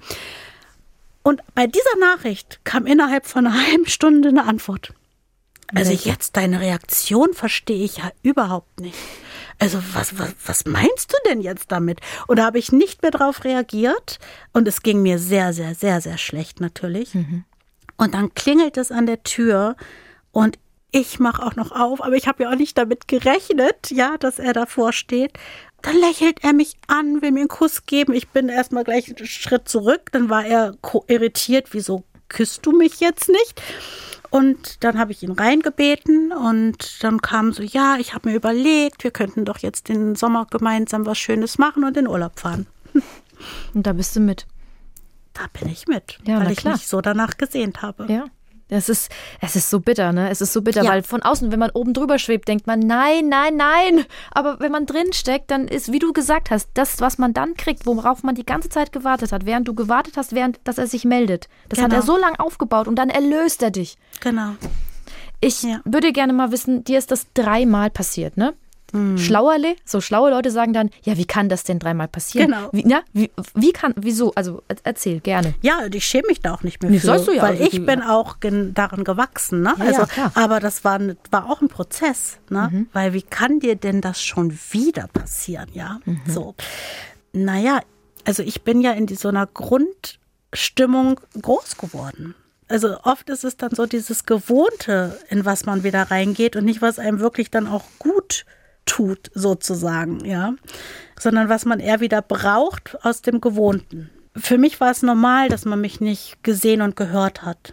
Und bei dieser Nachricht kam innerhalb von einer halben Stunde eine Antwort. Also jetzt deine Reaktion verstehe ich ja überhaupt nicht. Also was meinst du denn jetzt damit? Und da habe ich nicht mehr drauf reagiert und es ging mir sehr, sehr, sehr, sehr schlecht natürlich. Und dann klingelt es an der Tür und ich mache auch noch auf, aber ich habe ja auch nicht damit gerechnet, ja, dass er davor steht. Dann lächelt er mich an, will mir einen Kuss geben. Ich bin erstmal gleich einen Schritt zurück. Dann war er irritiert, wieso küsst du mich jetzt nicht? Und dann habe ich ihn reingebeten und dann kam so, ja, ich habe mir überlegt, wir könnten doch jetzt den Sommer gemeinsam was Schönes machen und in Urlaub fahren. Und da bist du mit. Da bin ich mit, ja, weil ich mich so danach gesehnt habe. Ja. Es ist so bitter, ne? Es ist so bitter, weil von außen, wenn man oben drüber schwebt, denkt man, nein, nein, nein. Aber wenn man drin steckt, dann ist, wie du gesagt hast, das, was man dann kriegt, worauf man die ganze Zeit gewartet hat, während du gewartet hast, dass er sich meldet. Das hat er so lange aufgebaut und dann erlöst er dich. Genau. Ich würde gerne mal wissen, dir ist das 3-mal passiert, ne? Schlaue Leute sagen dann, ja, wie kann das denn 3-mal passieren? Genau. Wieso? Also erzähl gerne. Ja, ich schäme mich da auch nicht mehr für, sollst du ja, weil ich bin auch daran gewachsen, ne? Ja, also, klar. Aber das war auch ein Prozess, ne? Weil wie kann dir denn das schon wieder passieren, ja? So. Naja, also ich bin ja in so einer Grundstimmung groß geworden. Also oft ist es dann so dieses Gewohnte, in was man wieder reingeht und nicht, was einem wirklich dann auch gut tut, sozusagen, ja, sondern was man eher wieder braucht aus dem Gewohnten. Für mich war es normal, dass man mich nicht gesehen und gehört hat,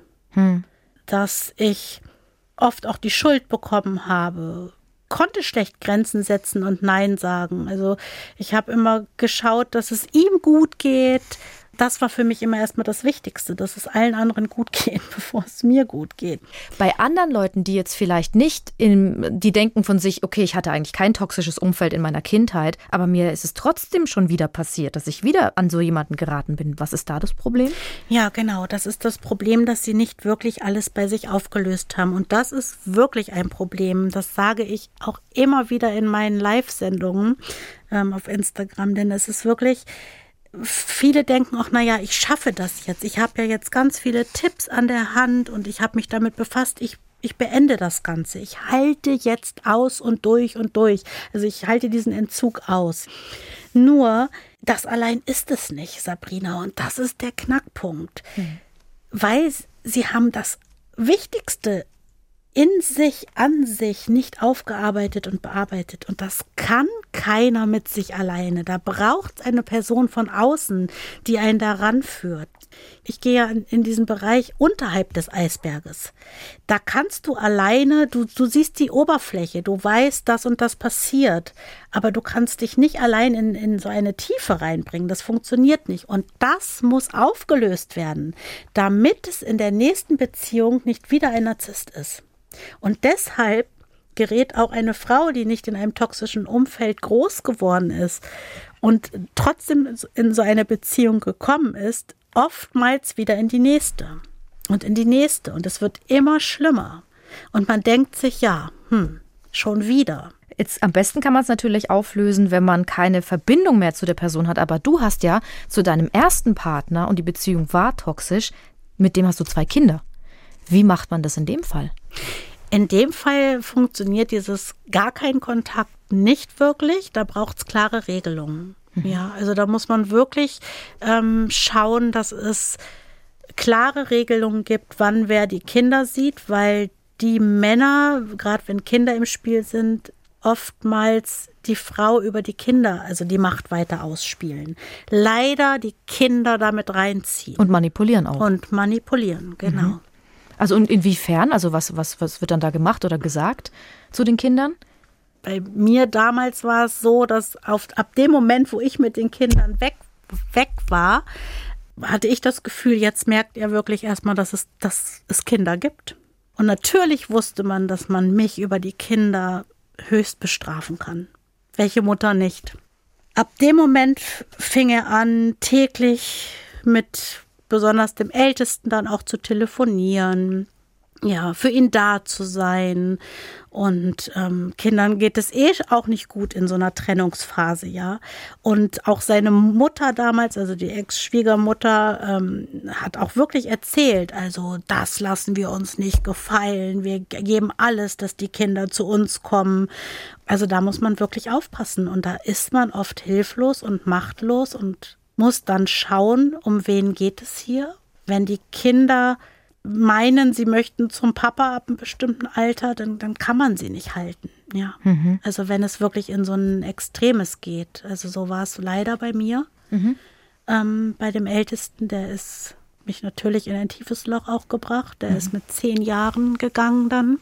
dass ich oft auch die Schuld bekommen habe, konnte schlecht Grenzen setzen und Nein sagen. Also ich habe immer geschaut, dass es ihm gut geht, das war für mich immer erstmal das Wichtigste, dass es allen anderen gut geht, bevor es mir gut geht. Bei anderen Leuten, die jetzt vielleicht nicht, die denken von sich, okay, ich hatte eigentlich kein toxisches Umfeld in meiner Kindheit, aber mir ist es trotzdem schon wieder passiert, dass ich wieder an so jemanden geraten bin. Was ist da das Problem? Ja, genau, das ist das Problem, dass sie nicht wirklich alles bei sich aufgelöst haben. Und das ist wirklich ein Problem. Das sage ich auch immer wieder in meinen Live-Sendungen auf Instagram, denn es ist wirklich... Viele denken auch, naja, ich schaffe das jetzt. Ich habe ja jetzt ganz viele Tipps an der Hand und ich habe mich damit befasst. Ich beende das Ganze. Ich halte jetzt aus und durch und durch. Also ich halte diesen Entzug aus. Nur, das allein ist es nicht, Sabrina. Und das ist der Knackpunkt. Weil sie haben das Wichtigste in sich, an sich nicht aufgearbeitet und bearbeitet. Und das kann keiner mit sich alleine. Da braucht es eine Person von außen, die einen daran führt. Ich gehe ja in diesen Bereich unterhalb des Eisberges. Da kannst du alleine, du siehst die Oberfläche, du weißt, das und das passiert, aber du kannst dich nicht allein in so eine Tiefe reinbringen. Das funktioniert nicht. Und das muss aufgelöst werden, damit es in der nächsten Beziehung nicht wieder ein Narzisst ist. Und deshalb gerät auch eine Frau, die nicht in einem toxischen Umfeld groß geworden ist und trotzdem in so eine Beziehung gekommen ist, oftmals wieder in die nächste und in die nächste. Und es wird immer schlimmer. Und man denkt sich, ja, schon wieder. Jetzt am besten kann man es natürlich auflösen, wenn man keine Verbindung mehr zu der Person hat. Aber du hast ja zu deinem ersten Partner, und die Beziehung war toxisch, mit dem hast du 2 Kinder. Wie macht man das in dem Fall? In dem Fall funktioniert dieses gar kein Kontakt nicht wirklich. Da braucht es klare Regelungen. Ja, also da muss man wirklich schauen, dass es klare Regelungen gibt, wann wer die Kinder sieht, weil die Männer, gerade wenn Kinder im Spiel sind, oftmals die Frau über die Kinder, also die Macht weiter ausspielen. Leider die Kinder damit reinziehen. Und manipulieren auch. Und manipulieren, genau. Also und inwiefern? Also was wird dann da gemacht oder gesagt zu den Kindern? Bei mir damals war es so, dass ab dem Moment, wo ich mit den Kindern weg war, hatte ich das Gefühl, jetzt merkt er wirklich erstmal, dass es Kinder gibt. Und natürlich wusste man, dass man mich über die Kinder höchst bestrafen kann. Welche Mutter nicht? Ab dem Moment fing er an, täglich mit besonders dem Ältesten dann auch zu telefonieren, ja, für ihn da zu sein. Und Kindern geht es auch nicht gut in so einer Trennungsphase, ja. Und auch seine Mutter damals, also die Ex-Schwiegermutter, hat auch wirklich erzählt, also das lassen wir uns nicht gefallen, wir geben alles, dass die Kinder zu uns kommen. Also da muss man wirklich aufpassen und da ist man oft hilflos und machtlos und muss dann schauen, um wen geht es hier. Wenn die Kinder meinen, sie möchten zum Papa ab einem bestimmten Alter, dann kann man sie nicht halten. Ja. Also wenn es wirklich in so ein Extremes geht. Also so war es leider bei mir. Bei dem Ältesten, der ist mich natürlich in ein tiefes Loch auch gebracht. Der ist mit 10 Jahren gegangen dann.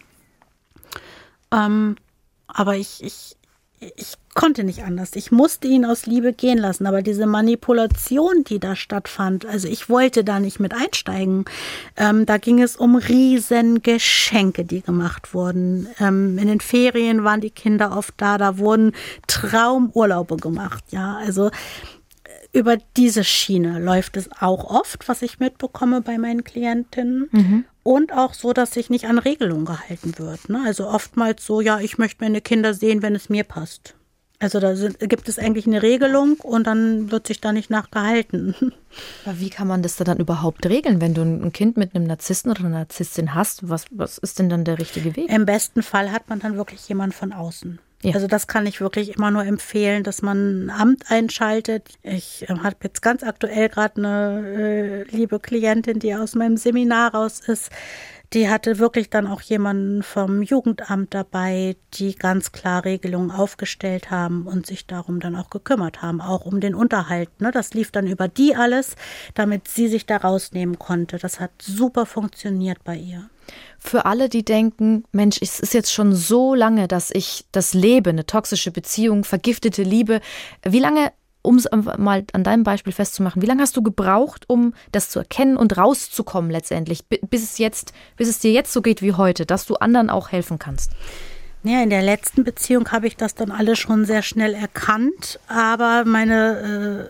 Aber ich konnte nicht anders. Ich musste ihn aus Liebe gehen lassen. Aber diese Manipulation, die da stattfand, also ich wollte da nicht mit einsteigen. Da ging es um Riesengeschenke, die gemacht wurden. In den Ferien waren die Kinder oft da. Da wurden Traumurlaube gemacht. Ja, also über diese Schiene läuft es auch oft, was ich mitbekomme bei meinen Klientinnen. Und auch so, dass sich nicht an Regelungen gehalten wird. Ne? Also oftmals so, ja, ich möchte meine Kinder sehen, wenn es mir passt. Also da gibt es eigentlich eine Regelung und dann wird sich da nicht nachgehalten. Aber wie kann man das dann überhaupt regeln, wenn du ein Kind mit einem Narzissten oder einer Narzisstin hast? Was ist denn dann der richtige Weg? Im besten Fall hat man dann wirklich jemanden von außen. Ja. Also das kann ich wirklich immer nur empfehlen, dass man ein Amt einschaltet. Ich habe jetzt ganz aktuell gerade eine liebe Klientin, die aus meinem Seminar raus ist. Die hatte wirklich dann auch jemanden vom Jugendamt dabei, die ganz klar Regelungen aufgestellt haben und sich darum dann auch gekümmert haben, auch um den Unterhalt. Ne? Das lief dann über die alles, damit sie sich da rausnehmen konnte. Das hat super funktioniert bei ihr. Für alle, die denken, Mensch, es ist jetzt schon so lange, dass ich das lebe, eine toxische Beziehung, vergiftete Liebe. Wie lange um es mal an deinem Beispiel festzumachen, wie lange hast du gebraucht, um das zu erkennen und rauszukommen letztendlich, bis es dir jetzt so geht wie heute, dass du anderen auch helfen kannst? Ja, in der letzten Beziehung habe ich das dann alles schon sehr schnell erkannt, aber meine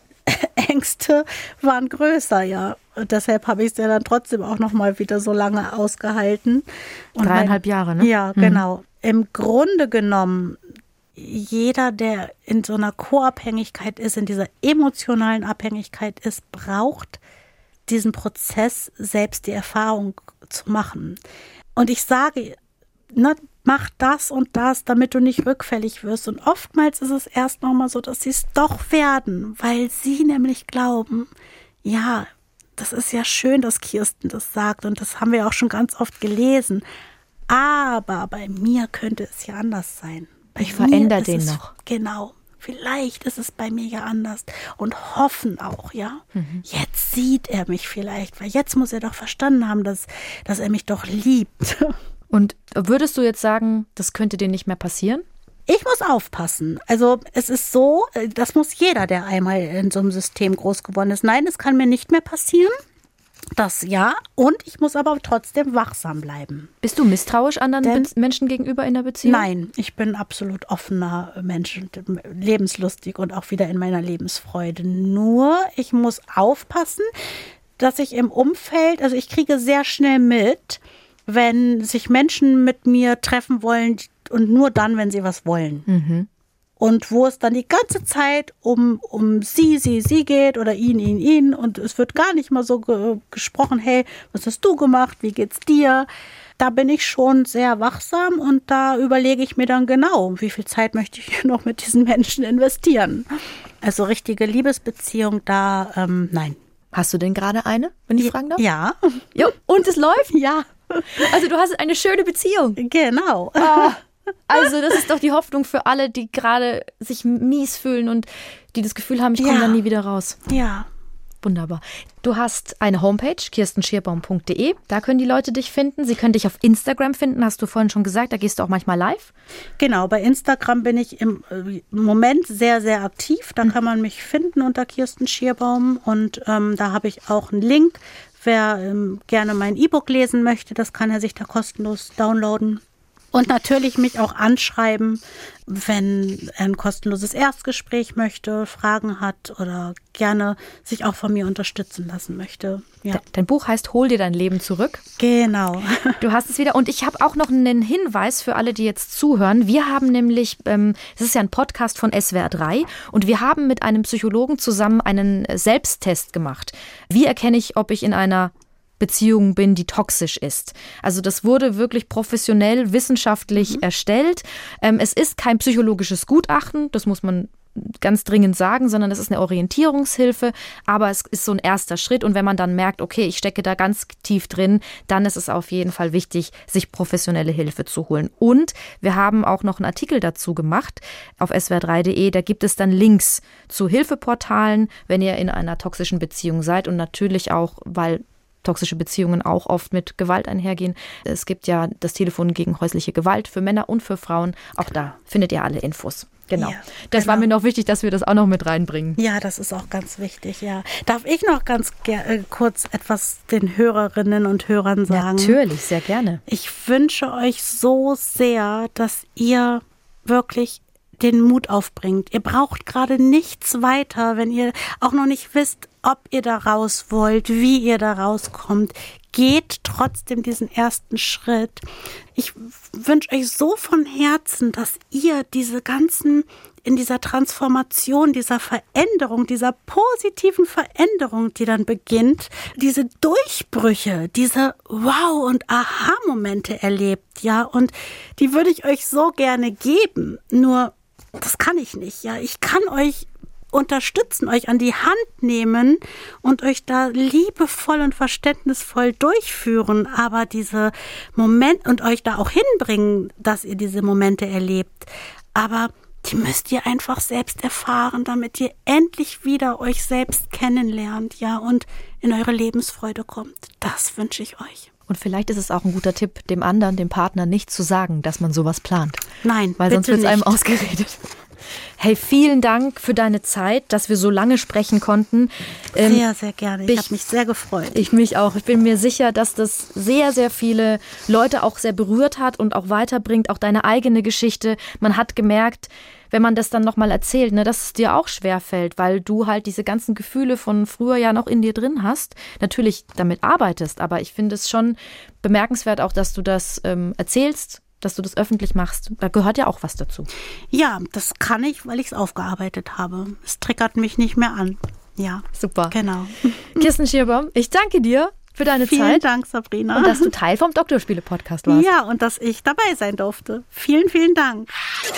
Ängste waren größer, ja. Und deshalb habe ich es ja dann trotzdem auch noch mal wieder so lange ausgehalten. Und 3,5 Jahre, ne? Ja, genau. Im Grunde genommen, jeder, der in so einer Co-Abhängigkeit ist, in dieser emotionalen Abhängigkeit ist, braucht diesen Prozess, selbst die Erfahrung zu machen. Und ich sage, ne, mach das und das, damit du nicht rückfällig wirst. Und oftmals ist es erst nochmal so, dass sie es doch werden, weil sie nämlich glauben, ja, das ist ja schön, dass Kirsten das sagt und das haben wir auch schon ganz oft gelesen. Aber bei mir könnte es ja anders sein. Ich verändere den noch. Genau. Vielleicht ist es bei mir ja anders. Und hoffen auch, ja. Jetzt sieht er mich vielleicht, weil jetzt muss er doch verstanden haben, dass er mich doch liebt. Und würdest du jetzt sagen, das könnte dir nicht mehr passieren? Ich muss aufpassen. Also es ist so, das muss jeder, der einmal in so einem System groß geworden ist. Nein, es kann mir nicht mehr passieren. Das ja. Und ich muss aber trotzdem wachsam bleiben. Bist du misstrauisch anderen Menschen gegenüber in der Beziehung? Nein, ich bin absolut offener Mensch, lebenslustig und auch wieder in meiner Lebensfreude. Nur, ich muss aufpassen, dass ich im Umfeld, also ich kriege sehr schnell mit, wenn sich Menschen mit mir treffen wollen und nur dann, wenn sie was wollen. Und wo es dann die ganze Zeit um sie geht oder ihn und es wird gar nicht mal so gesprochen, hey, was hast du gemacht, wie geht's dir? Da bin ich schon sehr wachsam und da überlege ich mir dann genau, wie viel Zeit möchte ich noch mit diesen Menschen investieren. Also richtige Liebesbeziehung da, nein. Hast du denn gerade eine, wenn ich fragen darf? Ja. Jo, und es läuft? Ja. Also du hast eine schöne Beziehung. Genau. Oh, also das ist doch die Hoffnung für alle, die gerade sich mies fühlen und die das Gefühl haben, ich komme da nie wieder raus. Ja. Wunderbar. Du hast eine Homepage, kirstenschierbaum.de. Da können die Leute dich finden. Sie können dich auf Instagram finden, hast du vorhin schon gesagt. Da gehst du auch manchmal live. Genau, bei Instagram bin ich im Moment sehr, sehr aktiv. Da kann man mich finden unter Kirsten Schierbaum. Und da habe ich auch einen Link. Wer gerne mein E-Book lesen möchte, das kann er sich da kostenlos downloaden. Und natürlich mich auch anschreiben, wenn er ein kostenloses Erstgespräch möchte, Fragen hat oder gerne sich auch von mir unterstützen lassen möchte. Ja. Dein Buch heißt Hol dir dein Leben zurück. Genau. Du hast es wieder. Und ich habe auch noch einen Hinweis für alle, die jetzt zuhören. Wir haben nämlich, es ist ja ein Podcast von SWR 3 und wir haben mit einem Psychologen zusammen einen Selbsttest gemacht. Wie erkenne ich, ob ich in einer Beziehung bin, die toxisch ist. Also das wurde wirklich professionell, wissenschaftlich erstellt. Es ist kein psychologisches Gutachten, das muss man ganz dringend sagen, sondern es ist eine Orientierungshilfe, aber es ist so ein erster Schritt und wenn man dann merkt, okay, ich stecke da ganz tief drin, dann ist es auf jeden Fall wichtig, sich professionelle Hilfe zu holen. Und wir haben auch noch einen Artikel dazu gemacht auf swr3.de, da gibt es dann Links zu Hilfeportalen, wenn ihr in einer toxischen Beziehung seid und natürlich auch, weil toxische Beziehungen auch oft mit Gewalt einhergehen. Es gibt ja das Telefon gegen häusliche Gewalt für Männer und für Frauen. Auch da findet ihr alle Infos. Genau. Ja, das war mir noch wichtig, dass wir das auch noch mit reinbringen. Ja, das ist auch ganz wichtig, ja. Darf ich noch ganz kurz etwas den Hörerinnen und Hörern sagen? Natürlich, sehr gerne. Ich wünsche euch so sehr, dass ihr wirklich den Mut aufbringt. Ihr braucht gerade nichts weiter, wenn ihr auch noch nicht wisst, ob ihr da raus wollt, wie ihr da rauskommt. Geht trotzdem diesen ersten Schritt. Ich wünsche euch so von Herzen, dass ihr in dieser Transformation, dieser Veränderung, dieser positiven Veränderung, die dann beginnt, diese Durchbrüche, diese Wow- und Aha-Momente erlebt, ja, und die würde ich euch so gerne geben, nur das kann ich nicht, ja, ich kann euch unterstützen, euch an die Hand nehmen und euch da liebevoll und verständnisvoll durchführen, aber diese Momente und euch da auch hinbringen, dass ihr diese Momente erlebt, aber die müsst ihr einfach selbst erfahren, damit ihr endlich wieder euch selbst kennenlernt, ja, und in eure Lebensfreude kommt. Das wünsche ich euch. Und vielleicht ist es auch ein guter Tipp, dem anderen, dem Partner nicht zu sagen, dass man sowas plant. Nein, weil sonst wird es einem ausgeredet. Hey, vielen Dank für deine Zeit, dass wir so lange sprechen konnten. Sehr, sehr gerne. Ich habe mich sehr gefreut. Ich mich auch. Ich bin mir sicher, dass das sehr, sehr viele Leute auch sehr berührt hat und auch weiterbringt, auch deine eigene Geschichte. Man hat gemerkt, wenn man das dann nochmal erzählt, ne, dass es dir auch schwerfällt, weil du halt diese ganzen Gefühle von früher ja noch in dir drin hast. Natürlich damit arbeitest, aber ich finde es schon bemerkenswert auch, dass du das erzählst, dass du das öffentlich machst. Da gehört ja auch was dazu. Ja, das kann ich, weil ich es aufgearbeitet habe. Es triggert mich nicht mehr an. Ja, super. Genau. Kirsten Schierbaum, ich danke dir für deine Zeit. Vielen Dank, Sabrina. Und dass du Teil vom Doktorspiele-Podcast warst. Ja, und dass ich dabei sein durfte. Vielen, vielen Dank.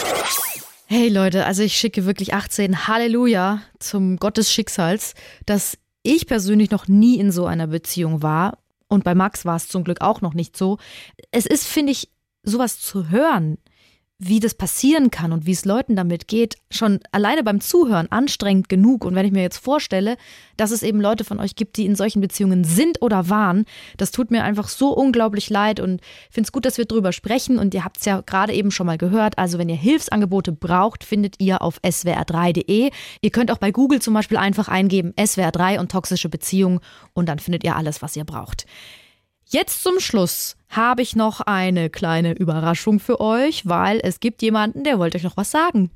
Hey Leute, also ich schicke wirklich 18 Halleluja zum Gott des Schicksals, dass ich persönlich noch nie in so einer Beziehung war. Und bei Max war es zum Glück auch noch nicht so. Es ist, finde ich, sowas zu hören, wie das passieren kann und wie es Leuten damit geht, schon alleine beim Zuhören anstrengend genug. Und wenn ich mir jetzt vorstelle, dass es eben Leute von euch gibt, die in solchen Beziehungen sind oder waren, das tut mir einfach so unglaublich leid und ich finde es gut, dass wir drüber sprechen. Und ihr habt es ja gerade eben schon mal gehört, also wenn ihr Hilfsangebote braucht, findet ihr auf swr3.de. Ihr könnt auch bei Google zum Beispiel einfach eingeben SWR3 und toxische Beziehungen und dann findet ihr alles, was ihr braucht. Jetzt zum Schluss habe ich noch eine kleine Überraschung für euch, weil es gibt jemanden, der wollte euch noch was sagen.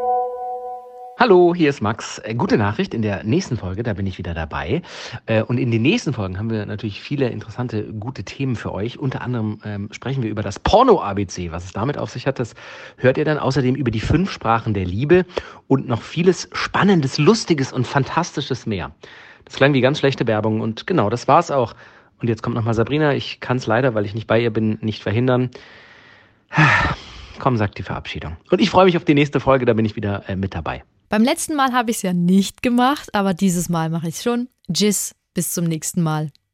Hallo, hier ist Max. Gute Nachricht, in der nächsten Folge, da bin ich wieder dabei. Und in den nächsten Folgen haben wir natürlich viele interessante, gute Themen für euch. Unter anderem sprechen wir über das Porno-ABC. Was es damit auf sich hat, das hört ihr dann. Außerdem über die 5 Sprachen der Liebe und noch vieles Spannendes, Lustiges und Fantastisches mehr. Das klang wie ganz schlechte Werbung und genau, das war's auch. Und jetzt kommt nochmal Sabrina. Ich kann es leider, weil ich nicht bei ihr bin, nicht verhindern. Komm, sagt die Verabschiedung. Und ich freue mich auf die nächste Folge, da bin ich wieder mit dabei. Beim letzten Mal habe ich es ja nicht gemacht, aber dieses Mal mache ich es schon. Tschüss, bis zum nächsten Mal.